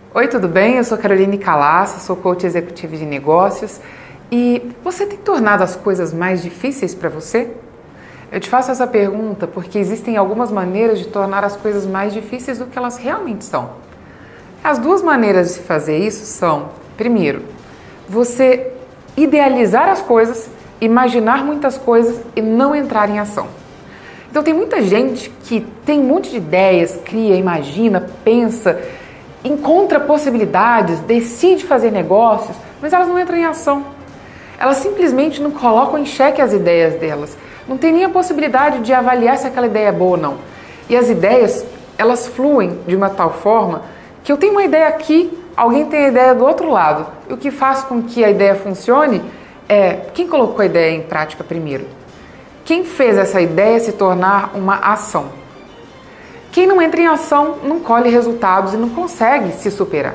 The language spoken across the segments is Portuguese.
Oi, tudo bem? Eu sou Caroline Calassa, sou coach executivo de negócios e você tem tornado as coisas mais difíceis para você? Eu te faço essa pergunta porque existem algumas maneiras de tornar as coisas mais difíceis do que elas realmente são. As duas maneiras de fazer isso são, primeiro, você idealizar as coisas, imaginar muitas coisas e não entrar em ação. Então tem muita gente que tem um monte de ideias, cria, imagina, pensa, encontra possibilidades, decide fazer negócios, mas elas não entram em ação. Elas simplesmente não colocam em xeque as ideias delas. Não tem nem a possibilidade de avaliar se aquela ideia é boa ou não. E as ideias, elas fluem de uma tal forma que eu tenho uma ideia aqui, alguém tem a ideia do outro lado. E o que faz com que a ideia funcione é quem colocou a ideia em prática primeiro. Quem fez essa ideia se tornar uma ação. Quem não entra em ação não colhe resultados e não consegue se superar.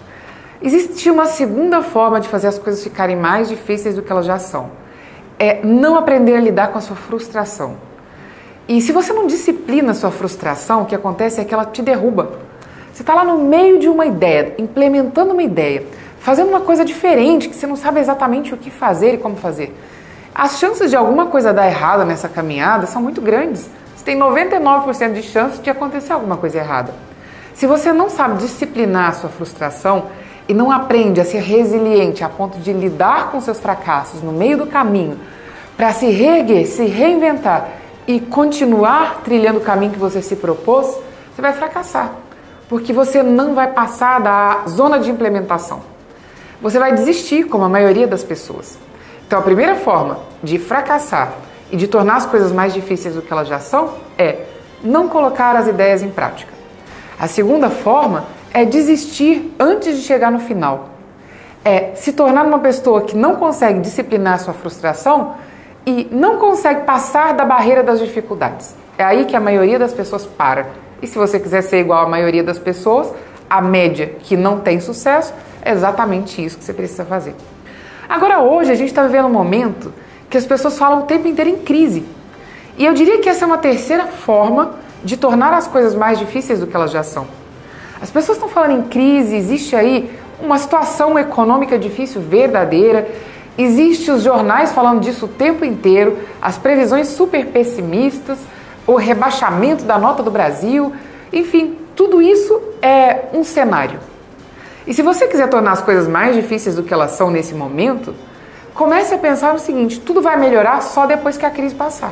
Existe uma segunda forma de fazer as coisas ficarem mais difíceis do que elas já são. É não aprender a lidar com a sua frustração. E se você não disciplina a sua frustração, o que acontece é que ela te derruba. Você está lá no meio de uma ideia, implementando uma ideia, fazendo uma coisa diferente, que você não sabe exatamente o que fazer e como fazer. As chances de alguma coisa dar errado nessa caminhada são muito grandes. Você tem 99% de chance de acontecer alguma coisa errada. Se você não sabe disciplinar a sua frustração e não aprende a ser resiliente a ponto de lidar com seus fracassos no meio do caminho, para se reerguer, se reinventar e continuar trilhando o caminho que você se propôs, você vai fracassar. Porque você não vai passar da zona de implementação. Você vai desistir, como a maioria das pessoas. Então, a primeira forma de fracassar e de tornar as coisas mais difíceis do que elas já são é não colocar as ideias em prática. A segunda forma é desistir antes de chegar no final. É se tornar uma pessoa que não consegue disciplinar a sua frustração e não consegue passar da barreira das dificuldades. É aí que a maioria das pessoas para. E se você quiser ser igual à maioria das pessoas, a média que não tem sucesso, é exatamente isso que você precisa fazer. Agora hoje a gente está vivendo um momento que as pessoas falam o tempo inteiro em crise. E eu diria que essa é uma terceira forma de tornar as coisas mais difíceis do que elas já são. As pessoas estão falando em crise, existe aí uma situação econômica difícil verdadeira, existe os jornais falando disso o tempo inteiro, as previsões super pessimistas, o rebaixamento da nota do Brasil, enfim, tudo isso é um cenário. E se você quiser tornar as coisas mais difíceis do que elas são nesse momento, comece a pensar no seguinte: tudo vai melhorar só depois que a crise passar.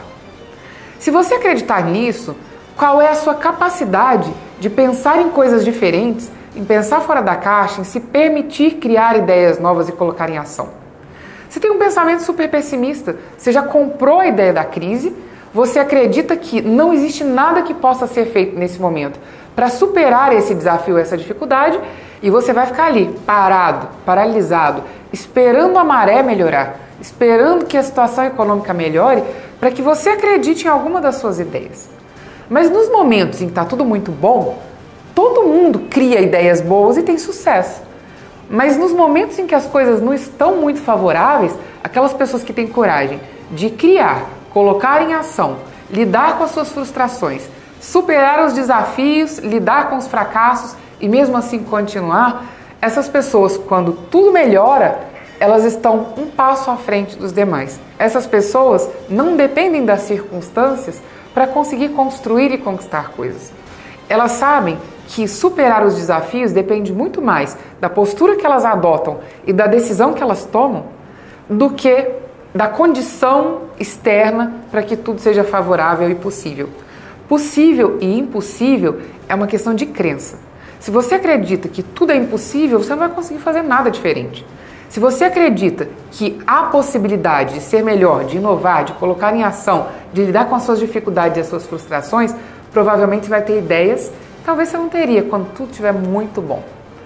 Se você acreditar nisso, qual é a sua capacidade de pensar em coisas diferentes, em pensar fora da caixa, em se permitir criar ideias novas e colocar em ação? Você tem um pensamento super pessimista, você já comprou a ideia da crise, você acredita que não existe nada que possa ser feito nesse momento para superar esse desafio, essa dificuldade, e você vai ficar ali, parado, paralisado, esperando a maré melhorar, esperando que a situação econômica melhore para que você acredite em alguma das suas ideias. Mas nos momentos em que está tudo muito bom, todo mundo cria ideias boas e tem sucesso. Mas nos momentos em que as coisas não estão muito favoráveis, aquelas pessoas que têm coragem de criar, colocar em ação, lidar com as suas frustrações, superar os desafios, lidar com os fracassos e mesmo assim continuar, essas pessoas, quando tudo melhora, elas estão um passo à frente dos demais. Essas pessoas não dependem das circunstâncias para conseguir construir e conquistar coisas. Elas sabem que superar os desafios depende muito mais da postura que elas adotam e da decisão que elas tomam do que da condição externa para que tudo seja favorável e possível. Possível e impossível é uma questão de crença. Se você acredita que tudo é impossível, você não vai conseguir fazer nada diferente. Se você acredita que há possibilidade de ser melhor, de inovar, de colocar em ação, de lidar com as suas dificuldades e as suas frustrações, provavelmente você vai ter ideias que talvez você não teria quando tudo estiver muito bom.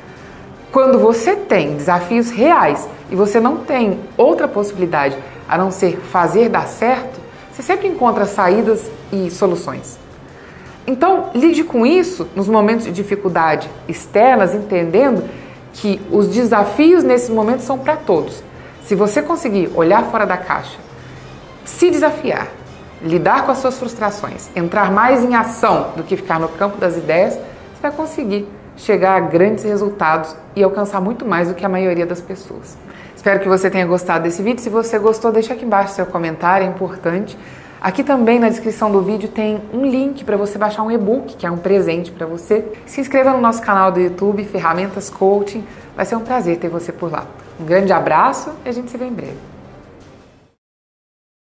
Quando você tem desafios reais e você não tem outra possibilidade a não ser fazer dar certo, você sempre encontra saídas e soluções. Então, lide com isso nos momentos de dificuldade externas, entendendo que os desafios nesses momentos são para todos. Se você conseguir olhar fora da caixa, se desafiar, lidar com as suas frustrações, entrar mais em ação do que ficar no campo das ideias, você vai conseguir chegar a grandes resultados e alcançar muito mais do que a maioria das pessoas. Espero que você tenha gostado desse vídeo. Se você gostou, deixa aqui embaixo seu comentário, é importante. Aqui também na descrição do vídeo tem um link para você baixar um e-book, que é um presente para você. Se inscreva no nosso canal do YouTube, Ferramentas Coaching. Vai ser um prazer ter você por lá. Um grande abraço e a gente se vê em breve.